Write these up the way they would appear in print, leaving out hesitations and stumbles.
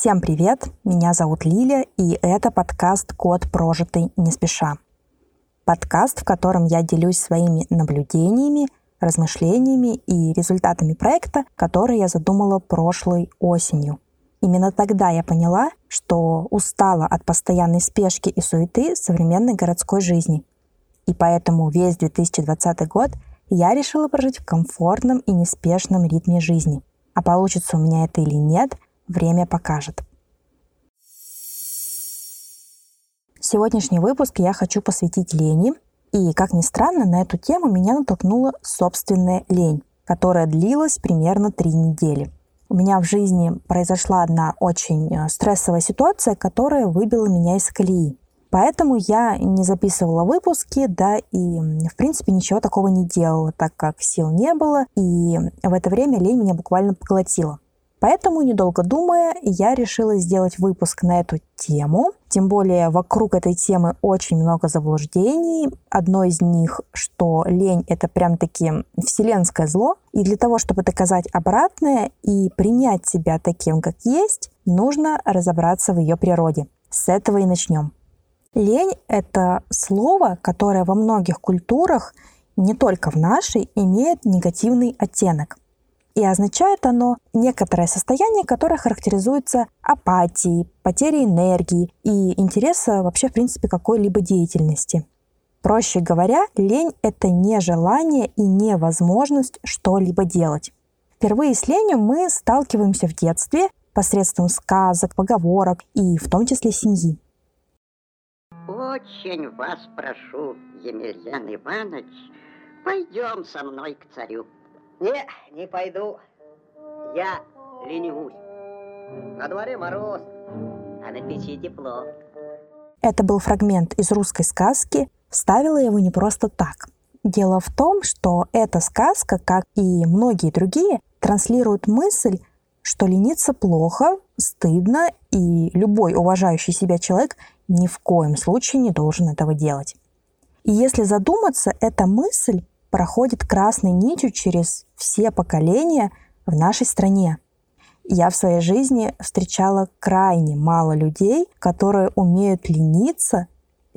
Всем привет! Меня зовут Лиля, и это подкаст «Год, прожитый не спеша». Подкаст, в котором я делюсь своими наблюдениями, размышлениями и результатами проекта, который я задумала прошлой осенью. Именно тогда я поняла, что устала от постоянной спешки и суеты современной городской жизни. И поэтому весь 2020 год я решила прожить в комфортном и неспешном ритме жизни. А получится у меня это или нет, время покажет. Сегодняшний выпуск я хочу посвятить лени. И, как ни странно, на эту тему меня натолкнула собственная лень, которая длилась примерно 3 недели. У меня в жизни произошла одна очень стрессовая ситуация, которая выбила меня из колеи. Поэтому я не записывала выпуски, и, в принципе, ничего такого не делала, так как сил не было, и в это время лень меня буквально поглотила. Поэтому, недолго думая, я решила сделать выпуск на эту тему. Тем более, вокруг этой темы очень много заблуждений. Одно из них, что лень — это прям-таки вселенское зло. И для того, чтобы доказать обратное и принять себя таким, как есть, нужно разобраться в ее природе. С этого и начнем. Лень — это слово, которое во многих культурах, не только в нашей, имеет негативный оттенок. И означает оно некоторое состояние, которое характеризуется апатией, потерей энергии и интереса вообще, в принципе, какой-либо деятельности. Проще говоря, лень — это нежелание и невозможность что-либо делать. Впервые с ленью мы сталкиваемся в детстве посредством сказок, поговорок и в том числе семьи. Очень вас прошу, Емельян Иванович, пойдем со мной к царю. Не пойду. Я ленивусь. На дворе мороз, а на печи тепло. Это был фрагмент из русской сказки. Вставила его не просто так. Дело в том, что эта сказка, как и многие другие, транслирует мысль, что лениться плохо, стыдно, и любой уважающий себя человек ни в коем случае не должен этого делать. И если задуматься, эта мысль проходит красной нитью через все поколения в нашей стране. Я в своей жизни встречала крайне мало людей, которые умеют лениться,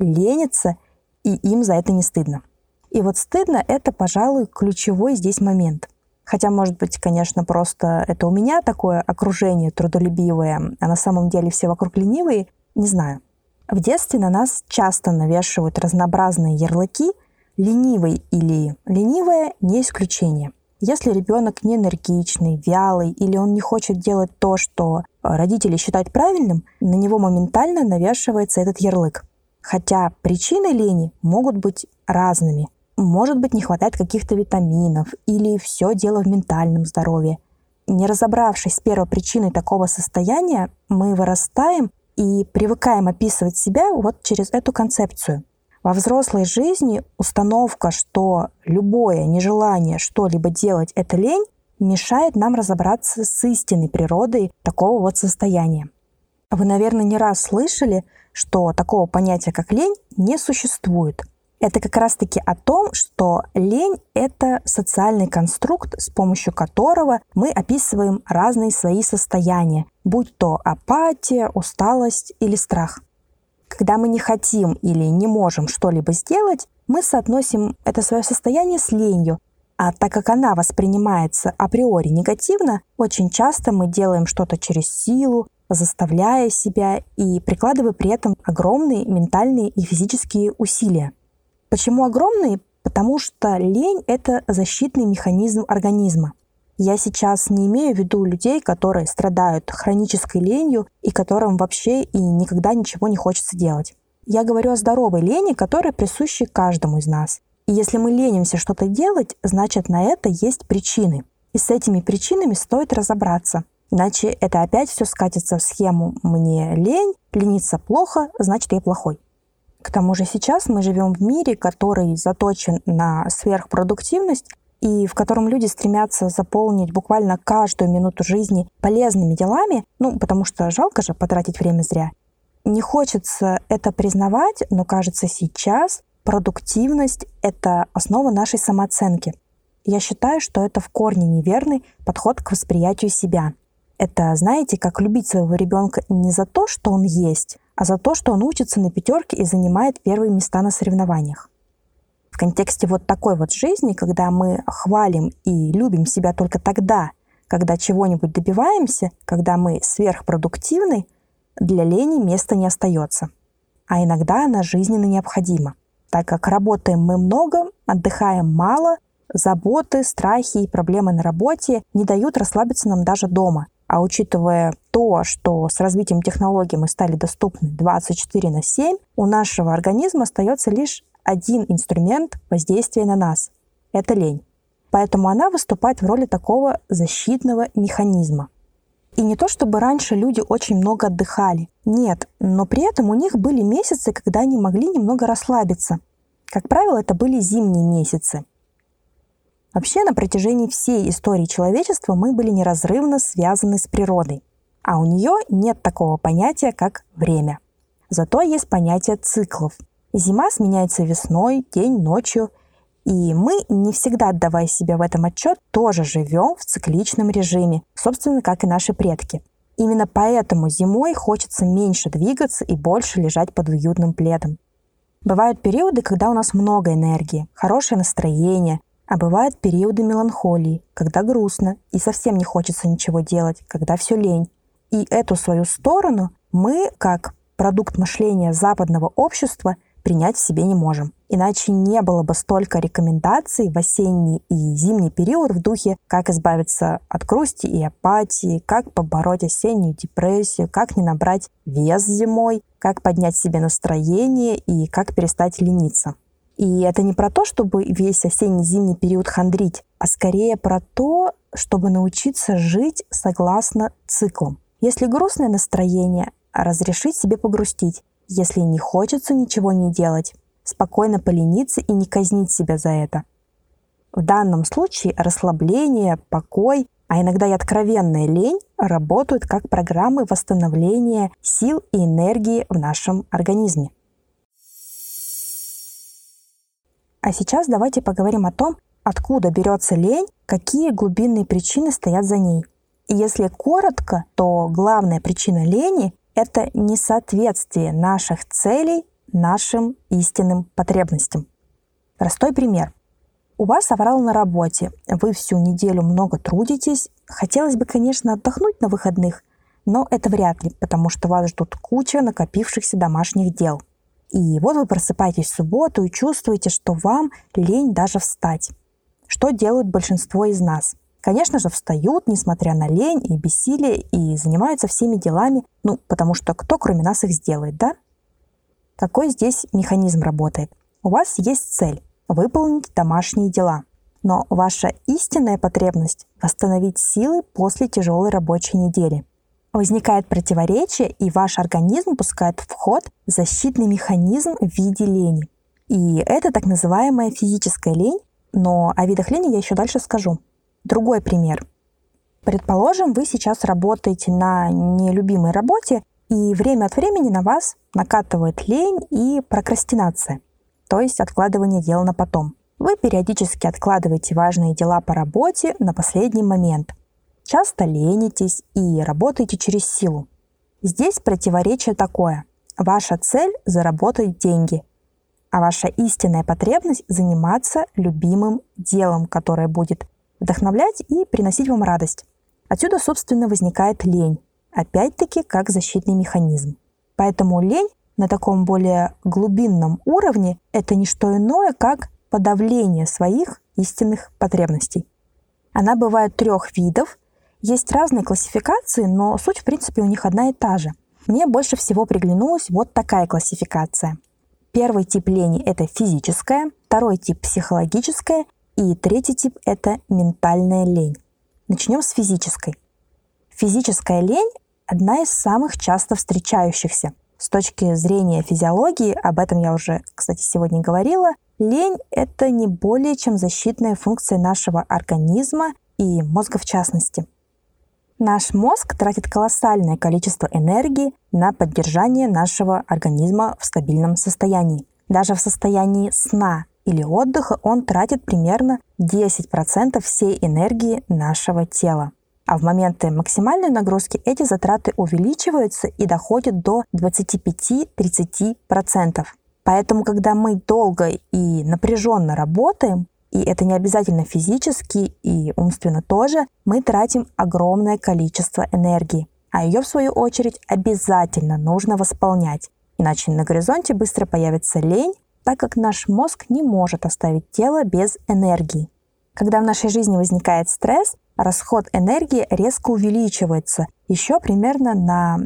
и им за это не стыдно. И вот стыдно — это, пожалуй, ключевой здесь момент. Хотя, может быть, конечно, просто это у меня такое окружение трудолюбивое, а на самом деле все вокруг ленивые, не знаю. В детстве на нас часто навешивают разнообразные ярлыки. Ленивый или ленивая — не исключение. Если ребенок не энергичный, вялый или он не хочет делать то, что родители считают правильным, на него моментально навешивается этот ярлык. Хотя причины лени могут быть разными. Может быть, не хватает каких-то витаминов или все дело в ментальном здоровье. Не разобравшись с первопричиной такого состояния, мы вырастаем и привыкаем описывать себя вот через эту концепцию. Во взрослой жизни установка, что любое нежелание что-либо делать — это лень, мешает нам разобраться с истинной природой такого вот состояния. Вы, наверное, не раз слышали, что такого понятия, как лень, не существует. Это как раз-таки о том, что лень — это социальный конструкт, с помощью которого мы описываем разные свои состояния, будь то апатия, усталость или страх. Когда мы не хотим или не можем что-либо сделать, мы соотносим это свое состояние с ленью. А так как она воспринимается априори негативно, очень часто мы делаем что-то через силу, заставляя себя и прикладывая при этом огромные ментальные и физические усилия. Почему огромные? Потому что лень — это защитный механизм организма. Я сейчас не имею в виду людей, которые страдают хронической ленью и которым вообще и никогда ничего не хочется делать. Я говорю о здоровой лени, которая присуща каждому из нас. И если мы ленимся что-то делать, значит, на это есть причины. И с этими причинами стоит разобраться. Иначе это опять все скатится в схему «мне лень, лениться плохо, значит, я плохой». К тому же сейчас мы живем в мире, который заточен на сверхпродуктивность, и в котором люди стремятся заполнить буквально каждую минуту жизни полезными делами, потому что жалко же потратить время зря. Не хочется это признавать, но кажется, сейчас продуктивность — это основа нашей самооценки. Я считаю, что это в корне неверный подход к восприятию себя. Это, знаете, как любить своего ребенка не за то, что он есть, а за то, что он учится на пятерке и занимает первые места на соревнованиях. В контексте вот такой вот жизни, когда мы хвалим и любим себя только тогда, когда чего-нибудь добиваемся, когда мы сверхпродуктивны, для лени места не остается. А иногда она жизненно необходима, так как работаем мы много, отдыхаем мало, заботы, страхи и проблемы на работе не дают расслабиться нам даже дома. А учитывая то, что с развитием технологий мы стали доступны 24/7, у нашего организма остается лишь один инструмент воздействия на нас – это лень. Поэтому она выступает в роли такого защитного механизма. И не то чтобы раньше люди очень много отдыхали. Нет, но при этом у них были месяцы, когда они могли немного расслабиться. Как правило, это были зимние месяцы. Вообще, на протяжении всей истории человечества мы были неразрывно связаны с природой. А у нее нет такого понятия, как время. Зато есть понятие циклов. Зима сменяется весной, день ночью. И мы, не всегда отдавая себе в этом отчет, тоже живем в цикличном режиме, собственно, как и наши предки. Именно поэтому зимой хочется меньше двигаться и больше лежать под уютным пледом. Бывают периоды, когда у нас много энергии, хорошее настроение, а бывают периоды меланхолии, когда грустно и совсем не хочется ничего делать, когда все лень. И эту свою сторону мы, как продукт мышления западного общества, принять в себе не можем. Иначе не было бы столько рекомендаций в осенний и зимний период в духе «как избавиться от грусти и апатии», «как побороть осеннюю депрессию», «как не набрать вес зимой», «как поднять себе настроение» и «как перестать лениться». И это не про то, чтобы весь осенний-зимний период хандрить, а скорее про то, чтобы научиться жить согласно циклам. Если грустное настроение, разрешить себе погрустить. Если не хочется ничего не делать, спокойно полениться и не казнить себя за это. В данном случае расслабление, покой, а иногда и откровенная лень работают как программы восстановления сил и энергии в нашем организме. А сейчас давайте поговорим о том, откуда берется лень, какие глубинные причины стоят за ней. И если коротко, то главная причина лени – это несоответствие наших целей нашим истинным потребностям. Простой пример. У вас аврал на работе, вы всю неделю много трудитесь. Хотелось бы, конечно, отдохнуть на выходных, но это вряд ли, потому что вас ждут куча накопившихся домашних дел. И вот вы просыпаетесь в субботу и чувствуете, что вам лень даже встать. Что делают большинство из нас? Конечно же, встают, несмотря на лень и бессилие, и занимаются всеми делами, потому что кто кроме нас их сделает, да? Какой здесь механизм работает? У вас есть цель – выполнить домашние дела. Но ваша истинная потребность – восстановить силы после тяжелой рабочей недели. Возникает противоречие, и ваш организм пускает в ход защитный механизм в виде лени. И это так называемая физическая лень, но о видах лени я еще дальше скажу. Другой пример. Предположим, вы сейчас работаете на нелюбимой работе, и время от времени на вас накатывает лень и прокрастинация, то есть откладывание дел на потом. Вы периодически откладываете важные дела по работе на последний момент. Часто ленитесь и работаете через силу. Здесь противоречие такое. Ваша цель – заработать деньги, а ваша истинная потребность – заниматься любимым делом, которое будет вдохновлять и приносить вам радость. Отсюда, собственно, возникает лень. Опять-таки, как защитный механизм. Поэтому лень на таком более глубинном уровне – это не что иное, как подавление своих истинных потребностей. Она бывает 3 видов. Есть разные классификации, но суть, в принципе, у них одна и та же. Мне больше всего приглянулась вот такая классификация. Первый тип лени – это физическая, второй тип – психологическая, и третий тип – это ментальная лень. Начнем с физической. Физическая лень – одна из самых часто встречающихся. С точки зрения физиологии, об этом я уже, кстати, сегодня говорила, лень – это не более чем защитная функция нашего организма и мозга в частности. Наш мозг тратит колоссальное количество энергии на поддержание нашего организма в стабильном состоянии. Даже в состоянии сна или отдыха он тратит примерно 10% всей энергии нашего тела. А в моменты максимальной нагрузки эти затраты увеличиваются и доходят до 25-30%. Поэтому, когда мы долго и напряженно работаем, и это не обязательно физически и умственно тоже, мы тратим огромное количество энергии. А ее, в свою очередь, обязательно нужно восполнять. Иначе на горизонте быстро появится лень, так как наш мозг не может оставить тело без энергии. Когда в нашей жизни возникает стресс, расход энергии резко увеличивается еще примерно на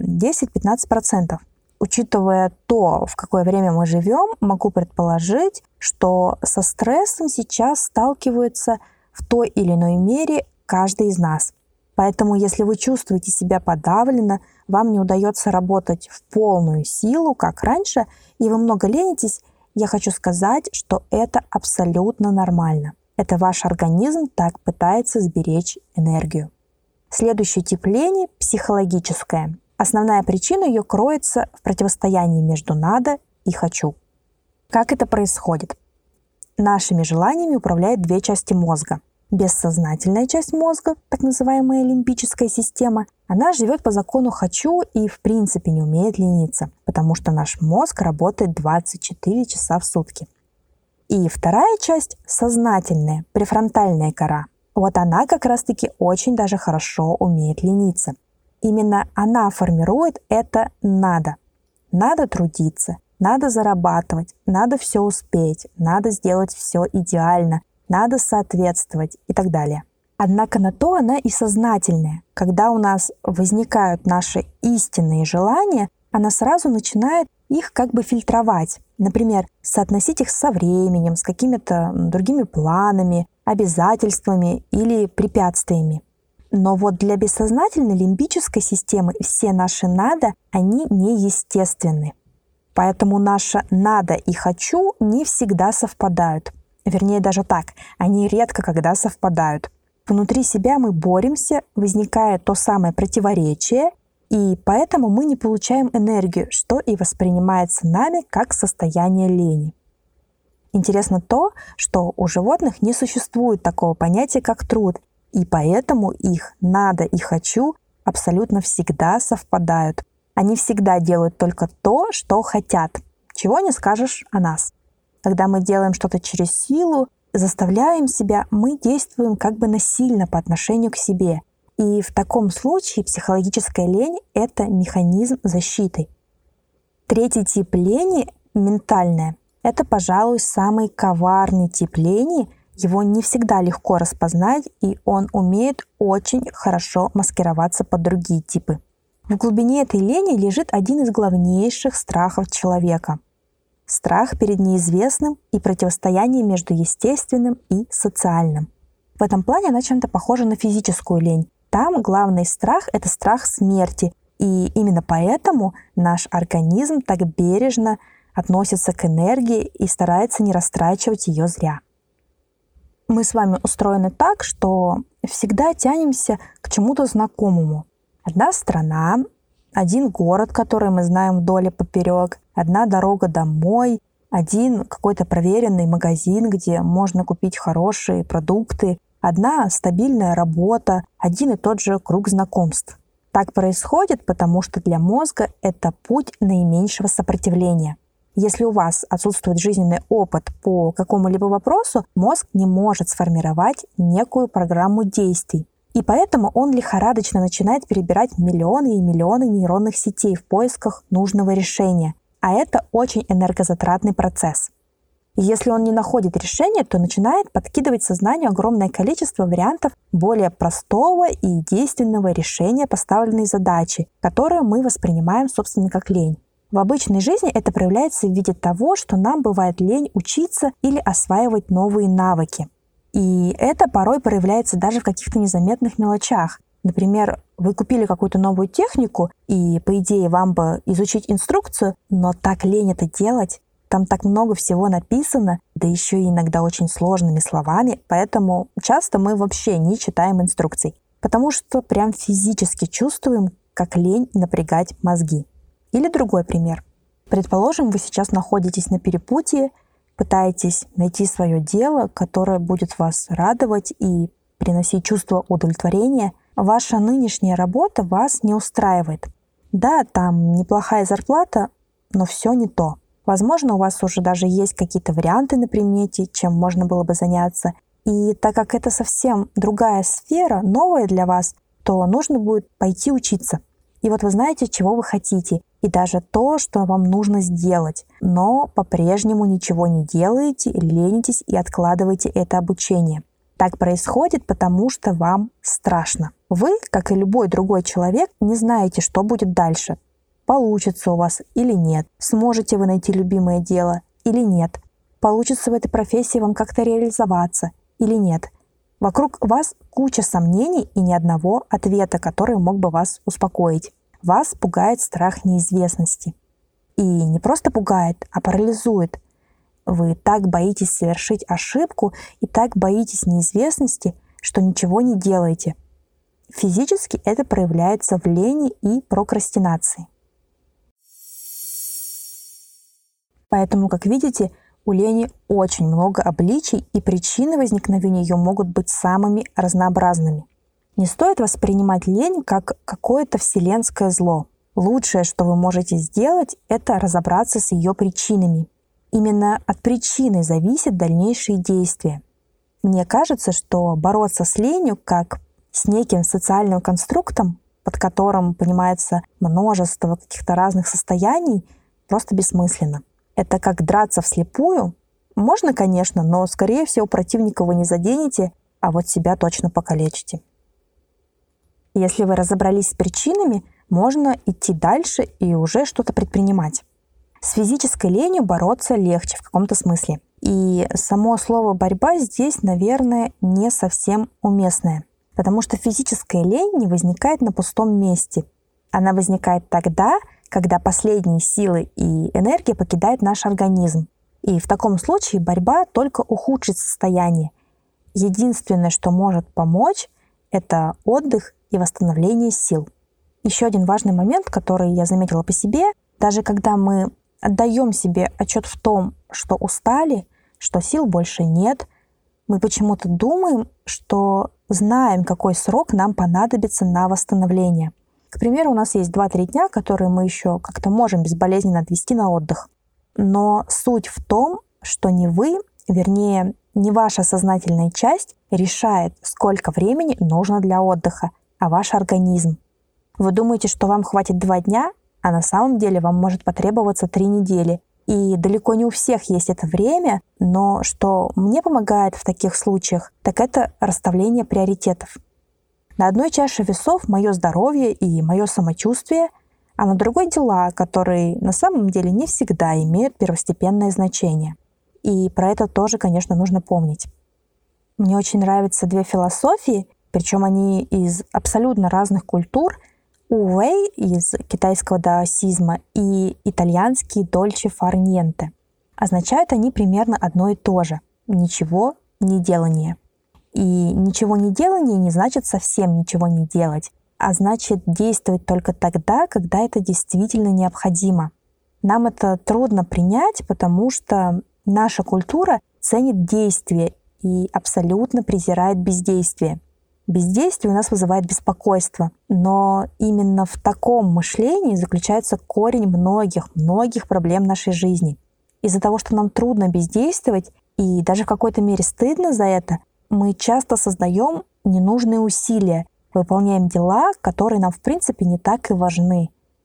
10-15%. Учитывая то, в какое время мы живем, могу предположить, что со стрессом сейчас сталкивается в той или иной мере каждый из нас. Поэтому, если вы чувствуете себя подавленно, вам не удается работать в полную силу, как раньше, и вы много ленитесь, я хочу сказать, что это абсолютно нормально. Это ваш организм так пытается сберечь энергию. Следующий тип лени – психологическая. Основная причина ее кроется в противостоянии между «надо» и «хочу». Как это происходит? Нашими желаниями управляют две части мозга. Бессознательная часть мозга, так называемая лимбическая система, она живет по закону «хочу» и в принципе не умеет лениться, потому что наш мозг работает 24 часа в сутки. И вторая часть – сознательная, префронтальная кора. Вот она как раз-таки очень даже хорошо умеет лениться. Именно она формирует это «надо». Надо трудиться, надо зарабатывать, надо все успеть, надо сделать все идеально, надо соответствовать и так далее. Однако на то она и сознательная. Когда у нас возникают наши истинные желания, она сразу начинает их как бы фильтровать. Например, соотносить их со временем, с какими-то другими планами, обязательствами или препятствиями. Но вот для бессознательной лимбической системы все наши «надо», они неестественны. Поэтому наше «надо» и «хочу» не всегда совпадают. Вернее, даже так, они редко когда совпадают. Внутри себя мы боремся, возникает то самое противоречие, и поэтому мы не получаем энергию, что и воспринимается нами как состояние лени. Интересно то, что у животных не существует такого понятия, как труд, и поэтому их «надо» и «хочу» абсолютно всегда совпадают. Они всегда делают только то, что хотят. Чего не скажешь о нас. Когда мы делаем что-то через силу, заставляем себя, мы действуем как бы насильно по отношению к себе. И в таком случае психологическая лень — это механизм защиты. Третий тип лени — ментальная. Это, пожалуй, самый коварный тип лени. Его не всегда легко распознать, и он умеет очень хорошо маскироваться под другие типы. В глубине этой лени лежит один из главнейших страхов человека. Страх перед неизвестным и противостояние между естественным и социальным. В этом плане она чем-то похожа на физическую лень. Там главный страх — это страх смерти, и именно поэтому наш организм так бережно относится к энергии и старается не растрачивать ее зря. Мы с вами устроены так, что всегда тянемся к чему-то знакомому. Одна страна, один город, который мы знаем вдоль и поперек, одна дорога домой, один какой-то проверенный магазин, где можно купить хорошие продукты, одна стабильная работа, один и тот же круг знакомств. Так происходит, потому что для мозга это путь наименьшего сопротивления. Если у вас отсутствует жизненный опыт по какому-либо вопросу, мозг не может сформировать некую программу действий. И поэтому он лихорадочно начинает перебирать миллионы и миллионы нейронных сетей в поисках нужного решения. А это очень энергозатратный процесс. И если он не находит решения, то начинает подкидывать сознанию огромное количество вариантов более простого и действенного решения поставленной задачи, которую мы воспринимаем, собственно, как лень. В обычной жизни это проявляется в виде того, что нам бывает лень учиться или осваивать новые навыки. И это порой проявляется даже в каких-то незаметных мелочах. Например, вы купили какую-то новую технику, и, по идее, вам бы изучить инструкцию, но так лень это делать. Там так много всего написано, да еще и иногда очень сложными словами, поэтому часто мы вообще не читаем инструкций, потому что прям физически чувствуем, как лень напрягать мозги. Или другой пример. Предположим, вы сейчас находитесь на перепутье, пытаетесь найти свое дело, которое будет вас радовать и приносить чувство удовлетворения, Ваша нынешняя работа вас не устраивает. Да, там неплохая зарплата, но все не то. Возможно, у вас уже даже есть какие-то варианты на примете, чем можно было бы заняться. И так как это совсем другая сфера, новая для вас, то нужно будет пойти учиться. И вот вы знаете, чего вы хотите, и даже то, что вам нужно сделать, но по-прежнему ничего не делаете, ленитесь и откладываете это обучение. Так происходит, потому что вам страшно. Вы, как и любой другой человек, не знаете, что будет дальше. Получится у вас или нет, сможете вы найти любимое дело или нет, получится в этой профессии вам как-то реализоваться или нет. Вокруг вас куча сомнений и ни одного ответа, который мог бы вас успокоить. Вас пугает страх неизвестности. И не просто пугает, а парализует. Вы так боитесь совершить ошибку и так боитесь неизвестности, что ничего не делаете. Физически это проявляется в лени и прокрастинации. Поэтому, как видите, у лени очень много обличий, и причины возникновения ее могут быть самыми разнообразными. Не стоит воспринимать лень как какое-то вселенское зло. Лучшее, что вы можете сделать, это разобраться с ее причинами. Именно от причины зависят дальнейшие действия. Мне кажется, что бороться с ленью как с неким социальным конструктом, под которым понимается множество каких-то разных состояний, просто бессмысленно. Это как драться вслепую. Можно, конечно, но, скорее всего, противника вы не заденете, а вот себя точно покалечите. Если вы разобрались с причинами, можно идти дальше и уже что-то предпринимать. С физической ленью бороться легче в каком-то смысле. И само слово «борьба» здесь, наверное, не совсем уместное. Потому что физическая лень не возникает на пустом месте. Она возникает тогда, когда последние силы и энергия покидают наш организм. И в таком случае борьба только ухудшит состояние. Единственное, что может помочь, это отдых и восстановление сил. Еще один важный момент, который я заметила по себе, даже когда мы отдаем себе отчет в том, что устали, что сил больше нет, мы почему-то думаем, что знаем, какой срок нам понадобится на восстановление. К примеру, у нас есть 2-3 дня, которые мы еще как-то можем безболезненно отвести на отдых. Но суть в том, что не вы, вернее, не ваша сознательная часть решает, сколько времени нужно для отдыха, а ваш организм. Вы думаете, что вам хватит 2 дня, а на самом деле вам может потребоваться 3 недели. И далеко не у всех есть это время, но что мне помогает в таких случаях, так это расставление приоритетов. На одной чаше весов мое здоровье и мое самочувствие, а на другой дела, которые на самом деле не всегда имеют первостепенное значение. И про это тоже, конечно, нужно помнить. Мне очень нравятся 2 философии, причем они из абсолютно разных культур. У Вэй из китайского даосизма и итальянский дольче фар ниенте. Означают они примерно одно и то же – ничего не делание. И ничего не делание не значит совсем ничего не делать, а значит действовать только тогда, когда это действительно необходимо. Нам это трудно принять, потому что наша культура ценит действие и абсолютно презирает бездействие. Бездействие у нас вызывает беспокойство, но именно в таком мышлении заключается корень многих проблем нашей жизни. Из-за того, что нам трудно бездействовать и даже в какой-то мере стыдно за это, мы часто создаем ненужные усилия, выполняем дела, которые нам в принципе не так и важны.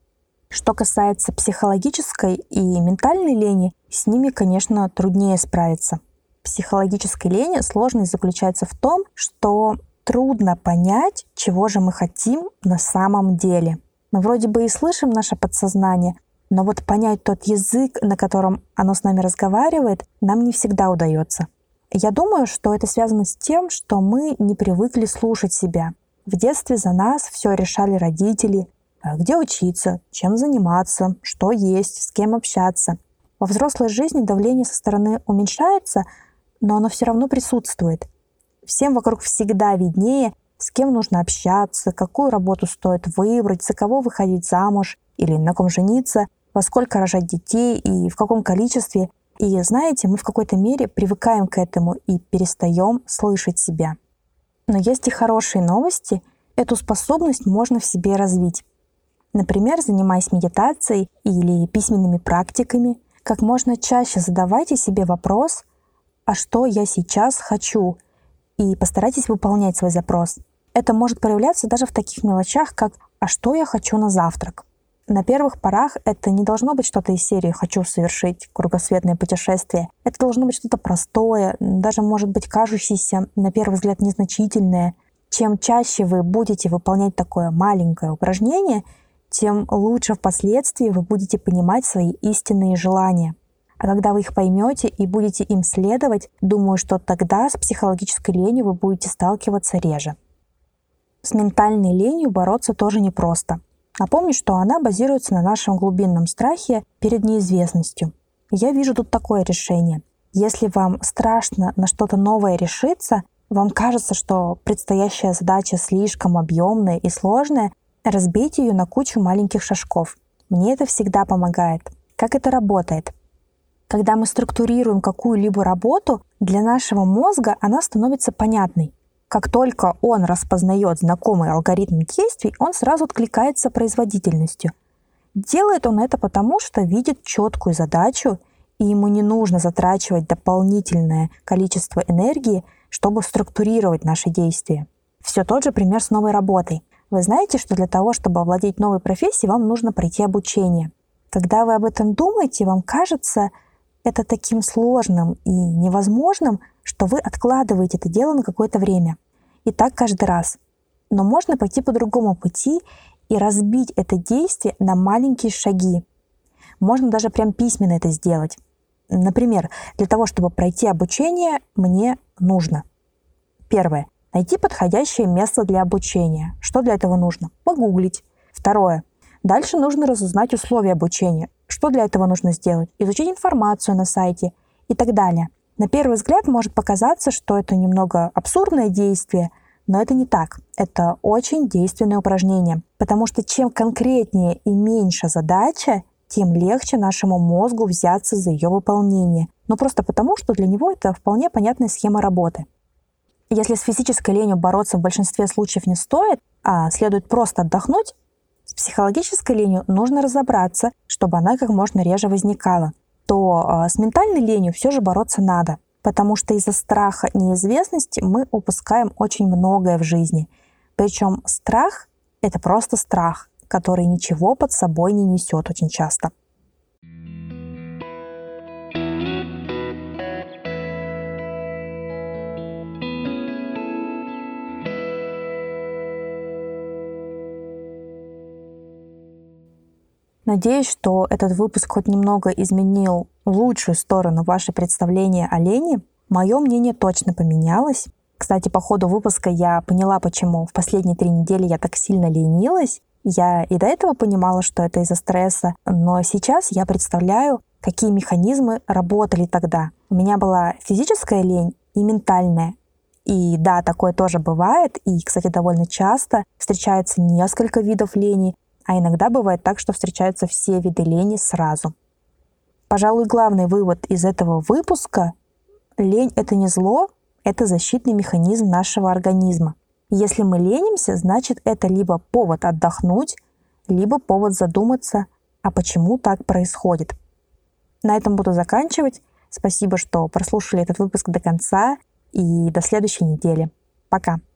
Что касается психологической и ментальной лени, с ними, конечно, труднее справиться. Психологической лени сложность заключается в том, что трудно понять, чего же мы хотим на самом деле. Мы вроде бы и слышим наше подсознание, но вот понять тот язык, на котором оно с нами разговаривает, нам не всегда удается. Я думаю, что это связано с тем, что мы не привыкли слушать себя. В детстве за нас все решали родители, где учиться, чем заниматься, что есть, с кем общаться. Во взрослой жизни давление со стороны уменьшается, но оно все равно присутствует. Всем вокруг всегда виднее, с кем нужно общаться, какую работу стоит выбрать, за кого выходить замуж или на ком жениться, во сколько рожать детей и в каком количестве. И знаете, мы в какой-то мере привыкаем к этому и перестаем слышать себя. Но есть и хорошие новости. Эту способность можно в себе развить. Например, занимаясь медитацией или письменными практиками, как можно чаще задавайте себе вопрос: «А что я сейчас хочу?» и постарайтесь выполнять свой запрос. Это может проявляться даже в таких мелочах, как «А что я хочу на завтрак?». На первых порах это не должно быть что-то из серии «хочу совершить кругосветное путешествие». Это должно быть что-то простое, даже, может быть, кажущееся на первый взгляд незначительное. Чем чаще вы будете выполнять такое маленькое упражнение, тем лучше впоследствии вы будете понимать свои истинные желания. А когда вы их поймете и будете им следовать, думаю, что тогда с психологической ленью вы будете сталкиваться реже. С ментальной ленью бороться тоже непросто. Напомню, что она базируется на нашем глубинном страхе перед неизвестностью. Я вижу тут такое решение. Если вам страшно на что-то новое решиться, вам кажется, что предстоящая задача слишком объемная и сложная, разбейте ее на кучу маленьких шажков. Мне это всегда помогает. Как это работает? Когда мы структурируем какую-либо работу, для нашего мозга она становится понятной. Как только он распознает знакомый алгоритм действий, он сразу откликается производительностью. Делает он это потому, что видит четкую задачу, и ему не нужно затрачивать дополнительное количество энергии, чтобы структурировать наши действия. Все тот же пример с новой работой. Вы знаете, что для того, чтобы овладеть новой профессией, вам нужно пройти обучение. Когда вы об этом думаете, вам кажется это таким сложным и невозможным, что вы откладываете это дело на какое-то время. И так каждый раз. Но можно пойти по другому пути и разбить это действие на маленькие шаги. Можно даже прям письменно это сделать. Например, для того, чтобы пройти обучение, мне нужно. Первое. Найти подходящее место для обучения. Что для этого нужно? Погуглить. Второе. Дальше нужно разузнать условия обучения. Что для этого нужно сделать? Изучить информацию на сайте и так далее. На первый взгляд может показаться, что это немного абсурдное действие, но это не так. Это очень действенное упражнение, потому что чем конкретнее и меньше задача, тем легче нашему мозгу взяться за ее выполнение. Но просто потому, что для него это вполне понятная схема работы. Если с физической ленью бороться в большинстве случаев не стоит, а следует просто отдохнуть, с психологической ленью нужно разобраться, чтобы она как можно реже возникала, то с ментальной ленью все же бороться надо, потому что из-за страха неизвестности мы упускаем очень многое в жизни. Причем страх — это просто страх, который ничего под собой не несет очень часто. Надеюсь, что этот выпуск хоть немного изменил в лучшую сторону ваше представление о лени. Мое мнение точно поменялось. Кстати, по ходу выпуска я поняла, почему в последние 3 недели я так сильно ленилась. Я и до этого понимала, что это из-за стресса, но сейчас я представляю, какие механизмы работали тогда. У меня была физическая лень и ментальная. И да, такое тоже бывает, и, кстати, довольно часто встречается несколько видов лени, а иногда бывает так, что встречаются все виды лени сразу. Пожалуй, главный вывод из этого выпуска — лень — это не зло, это защитный механизм нашего организма. Если мы ленимся, значит, это либо повод отдохнуть, либо повод задуматься, а почему так происходит. На этом буду заканчивать. Спасибо, что прослушали этот выпуск до конца, и до следующей недели. Пока!